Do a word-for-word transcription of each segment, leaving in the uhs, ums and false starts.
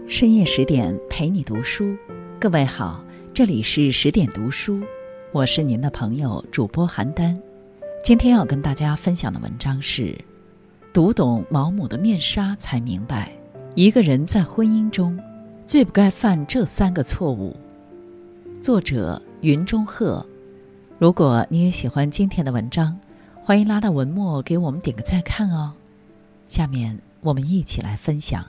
深夜十点陪你读书，各位好，这里是十点读书，我是您的朋友主播邯郸。今天要跟大家分享的文章是读懂毛姆的面纱，才明白一个人在婚姻中最不该犯这三个错误。作者云中鹤。如果你也喜欢今天的文章，欢迎拉到文末给我们点个再看哦。下面我们一起来分享。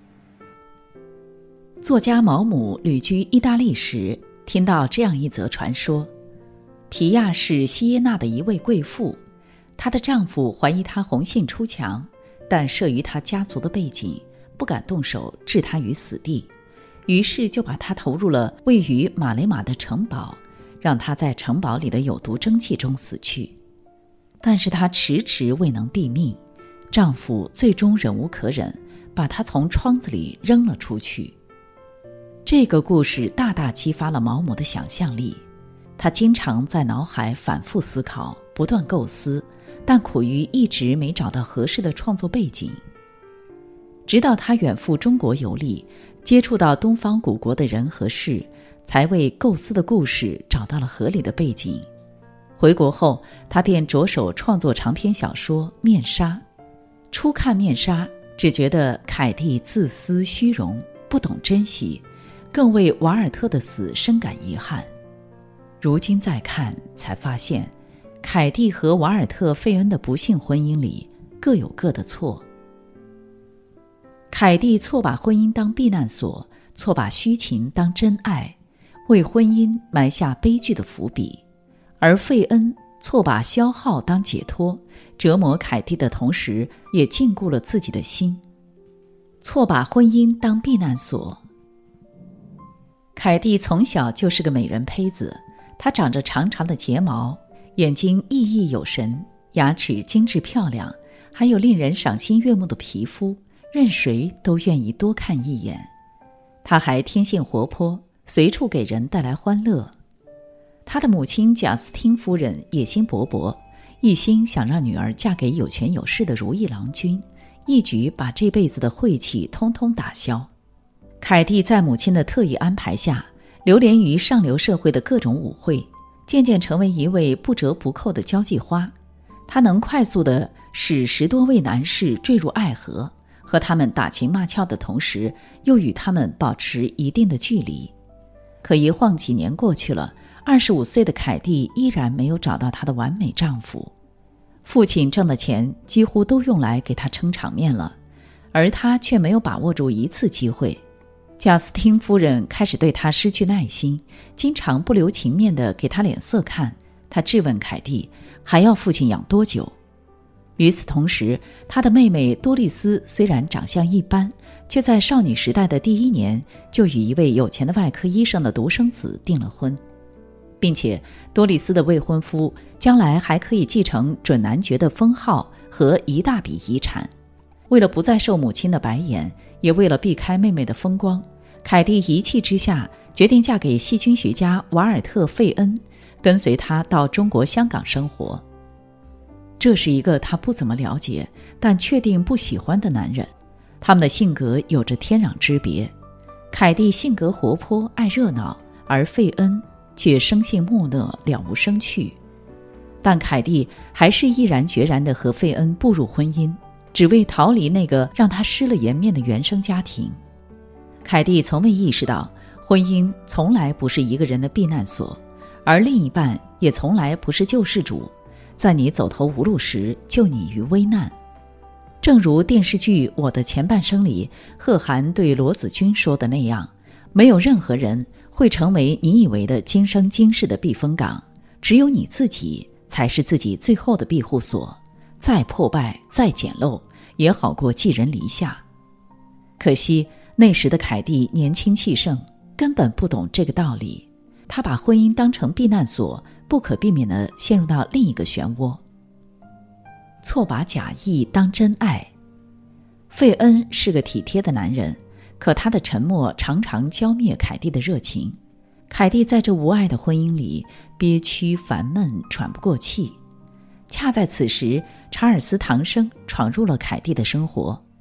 作家毛姆旅居意大利时，听到这样一则传说：皮亚是西耶纳的一位贵妇，她的丈夫怀疑她红杏出墙，但慑于她家族的背景，不敢动手置她于死地，于是就把她投入了位于马雷马的城堡，让她在城堡里的有毒蒸汽中死去。但是她迟迟未能毙命，丈夫最终忍无可忍，把她从窗子里扔了出去。这个故事大大激发了毛姆的想象力，他经常在脑海反复思考，不断构思，但苦于一直没找到合适的创作背景。直到他远赴中国游历，接触到东方古国的人和事，才为构思的故事找到了合理的背景。回国后，他便着手创作长篇小说《面纱》。初看《面纱》，只觉得凯蒂自私虚荣，不懂珍惜，更为瓦尔特的死深感遗憾。如今再看，才发现凯蒂和瓦尔特·费恩的不幸婚姻里各有各的错。凯蒂错把婚姻当避难所，错把虚情当真爱，为婚姻埋下悲剧的伏笔；而费恩错把消耗当解脱，折磨凯蒂的同时，也禁锢了自己的心。错把婚姻当避难所。凯蒂从小就是个美人胚子，她长着长长的睫毛，眼睛熠熠有神，牙齿精致漂亮，还有令人赏心悦目的皮肤，任谁都愿意多看一眼。她还天性活泼，随处给人带来欢乐。她的母亲贾斯汀夫人野心勃勃，一心想让女儿嫁给有权有势的如意郎君，一举把这辈子的晦气通通打消。凯蒂在母亲的特意安排下，流连于上流社会的各种舞会，渐渐成为一位不折不扣的交际花。她能快速地使十多位男士坠入爱河，和他们打情骂俏的同时，又与他们保持一定的距离。可一晃几年过去了，二十五岁的凯蒂依然没有找到她的完美丈夫。父亲挣的钱几乎都用来给她撑场面了，而她却没有把握住一次机会。贾斯汀夫人开始对她失去耐心，经常不留情面地给她脸色看。她质问凯蒂还要父亲养多久。与此同时，她的妹妹多丽丝虽然长相一般，却在少女时代的第一年就与一位有钱的外科医生的独生子订了婚，并且多丽丝的未婚夫将来还可以继承准男爵的封号和一大笔遗产。为了不再受母亲的白眼，也为了避开妹妹的风光，凯蒂一气之下决定嫁给细菌学家瓦尔特·费恩，跟随他到中国香港生活。这是一个他不怎么了解，但确定不喜欢的男人，他们的性格有着天壤之别。凯蒂性格活泼爱热闹，而费恩却生性木讷了无生趣。但凯蒂还是毅然决然地和费恩步入婚姻，只为逃离那个让他失了颜面的原生家庭。凯蒂从未意识到，婚姻从来不是一个人的避难所，而另一半也从来不是救世主，在你走投无路时救你于危难。正如电视剧《我的前半生》里贺涵对罗子君说的那样，没有任何人会成为你以为的今生今世的避风港，只有你自己才是自己最后的庇护所，再破败再简陋也好过寄人篱下。可惜那时的凯蒂年轻气盛，根本不懂这个道理，她把婚姻当成避难所，不可避免地陷入到另一个漩涡。错把假意当真爱。费恩是个体贴的男人，可他的沉默常常浇灭凯蒂的热情。凯蒂在这无爱的婚姻里憋屈烦闷，喘不过气。恰在此时，查尔斯·唐生闯入了凯蒂的生活。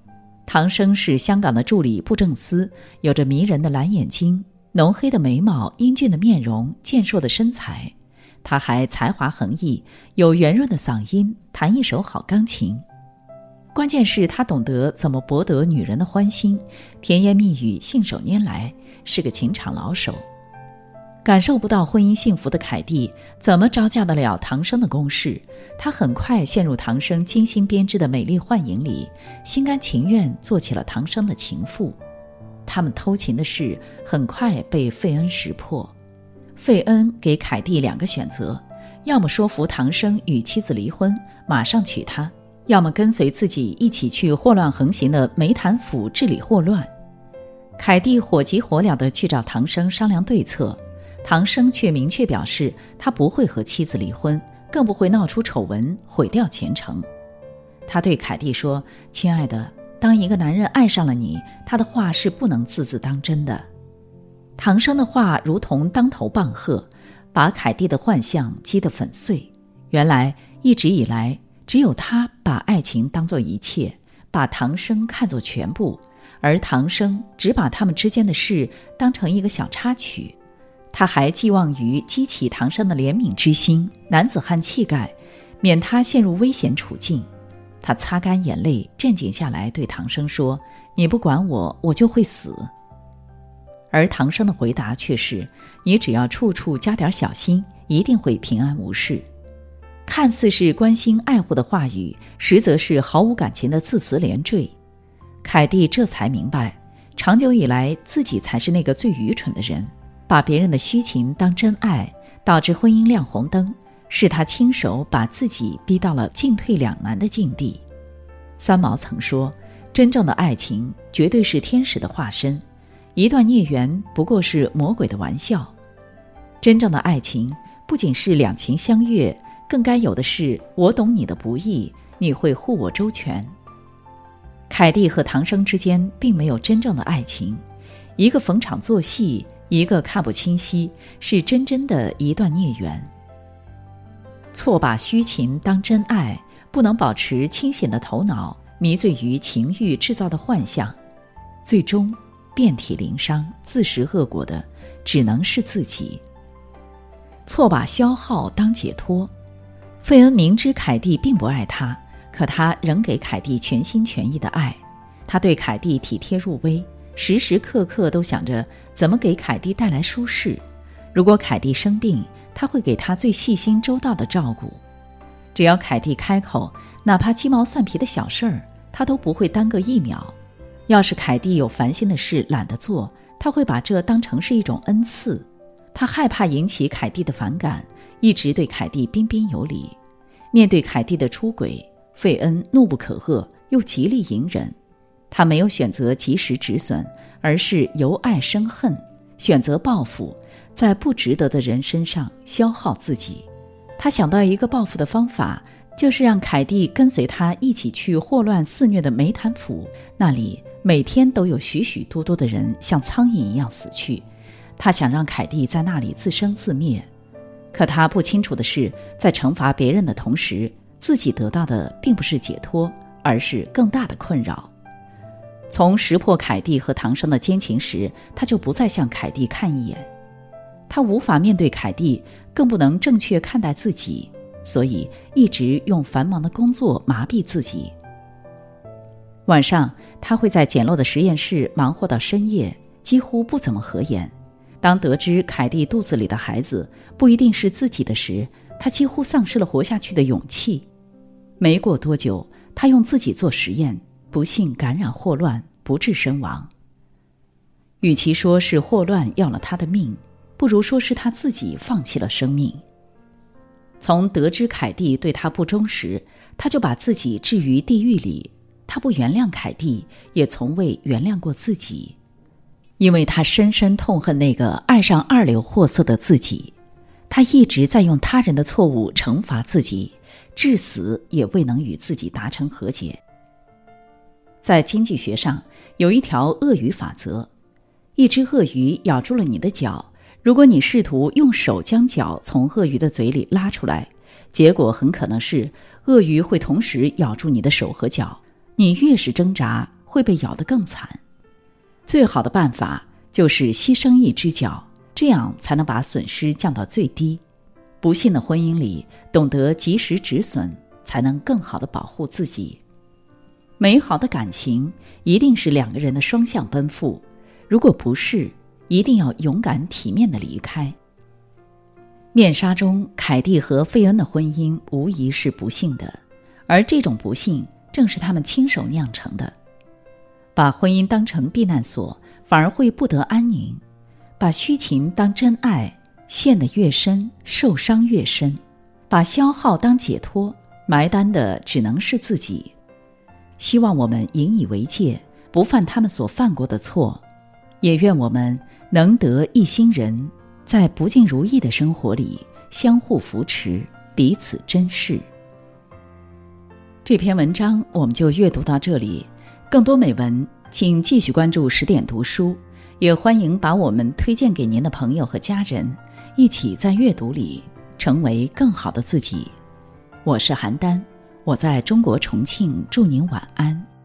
唐生是香港的助理布政司，有着迷人的蓝眼睛、浓黑的眉毛、英俊的面容、健硕的身材。他还才华横溢，有圆润的嗓音，弹一手好钢琴。关键是他懂得怎么博得女人的欢心，甜言蜜语信手拈来，是个情场老手。感受不到婚姻幸福的凯蒂怎么招架得了唐生的攻势？她很快陷入唐生精心编织的美丽幻影里，心甘情愿做起了唐生的情妇。他们偷情的事很快被费恩识破。费恩给凯蒂两个选择，要么说服唐生与妻子离婚，马上娶她，要么跟随自己一起去祸乱横行的梅潭府治理祸乱。凯蒂火急火燎地去找唐生商量对策，唐生却明确表示他不会和妻子离婚，更不会闹出丑闻毁掉前程。他对凯蒂说，亲爱的，当一个男人爱上了你，他的话是不能字字当真的。唐生的话如同当头棒喝，把凯蒂的幻象击得粉碎。原来一直以来，只有他把爱情当作一切，把唐生看作全部，而唐生只把他们之间的事当成一个小插曲。他还寄望于激起唐生的怜悯之心、男子汉气概，免他陷入危险处境。他擦干眼泪，镇静下来，对唐生说，你不管我，我就会死。而唐生的回答却是，你只要处处加点小心，一定会平安无事。看似是关心爱护的话语，实则是毫无感情的字词连缀。凯蒂这才明白，长久以来自己才是那个最愚蠢的人，把别人的虚情当真爱，导致婚姻亮红灯，是他亲手把自己逼到了进退两难的境地。三毛曾说，真正的爱情绝对是天使的化身，一段孽缘不过是魔鬼的玩笑。真正的爱情不仅是两情相悦，更该有的是我懂你的不易，你会护我周全。凯蒂和唐生之间并没有真正的爱情，一个逢场作戏，一个看不清晰，是真真的一段孽缘。错把虚情当真爱，不能保持清醒的头脑，迷醉于情欲制造的幻象，最终遍体鳞伤，自食恶果的只能是自己。错把消耗当解脱。费恩明知凯蒂并不爱他，可他仍给凯蒂全心全意的爱。他对凯蒂体贴入微，时时刻刻都想着怎么给凯蒂带来舒适。如果凯蒂生病，他会给她最细心周到的照顾。只要凯蒂开口，哪怕鸡毛蒜皮的小事儿，他都不会耽搁一秒。要是凯蒂有烦心的事懒得做，他会把这当成是一种恩赐。他害怕引起凯蒂的反感，一直对凯蒂彬彬有礼。面对凯蒂的出轨，费恩怒不可遏，又极力隐忍。他没有选择及时止损，而是由爱生恨，选择报复，在不值得的人身上消耗自己。他想到一个报复的方法，就是让凯蒂跟随他一起去祸乱肆虐的梅潭府，那里每天都有许许多多的人像苍蝇一样死去。他想让凯蒂在那里自生自灭，可他不清楚的是，在惩罚别人的同时，自己得到的并不是解脱，而是更大的困扰。从识破凯蒂和唐生的奸情时，他就不再向凯蒂看一眼。他无法面对凯蒂，更不能正确看待自己，所以一直用繁忙的工作麻痹自己。晚上，他会在简陋的实验室忙活到深夜，几乎不怎么合眼。当得知凯蒂肚子里的孩子不一定是自己的时，他几乎丧失了活下去的勇气。没过多久，他用自己做实验，不幸感染霍乱，不治身亡。与其说是霍乱要了他的命，不如说是他自己放弃了生命。从得知凯蒂对他不忠时，他就把自己置于地狱里。他不原谅凯蒂，也从未原谅过自己，因为他深深痛恨那个爱上二流货色的自己。他一直在用他人的错误惩罚自己，至死也未能与自己达成和解。在经济学上，有一条鳄鱼法则：一只鳄鱼咬住了你的脚，如果你试图用手将脚从鳄鱼的嘴里拉出来，结果很可能是鳄鱼会同时咬住你的手和脚。你越是挣扎， 会被咬得更惨。最好的办法就是牺牲一只脚，这样才能把损失降到最低。不幸的婚姻里，懂得及时止损，才能更好地保护自己。美好的感情一定是两个人的双向奔赴，如果不是，一定要勇敢体面地离开。面纱中，凯蒂和费恩的婚姻无疑是不幸的，而这种不幸正是他们亲手酿成的。把婚姻当成避难所，反而会不得安宁；把虚情当真爱，陷得越深，受伤越深；把消耗当解脱，埋单的只能是自己。希望我们引以为戒，不犯他们所犯过的错，也愿我们能得一心人，在不尽如意的生活里相互扶持，彼此珍视。这篇文章我们就阅读到这里，更多美文请继续关注十点读书，也欢迎把我们推荐给您的朋友和家人，一起在阅读里成为更好的自己。我是邯郸，我在中国重庆，祝您晚安。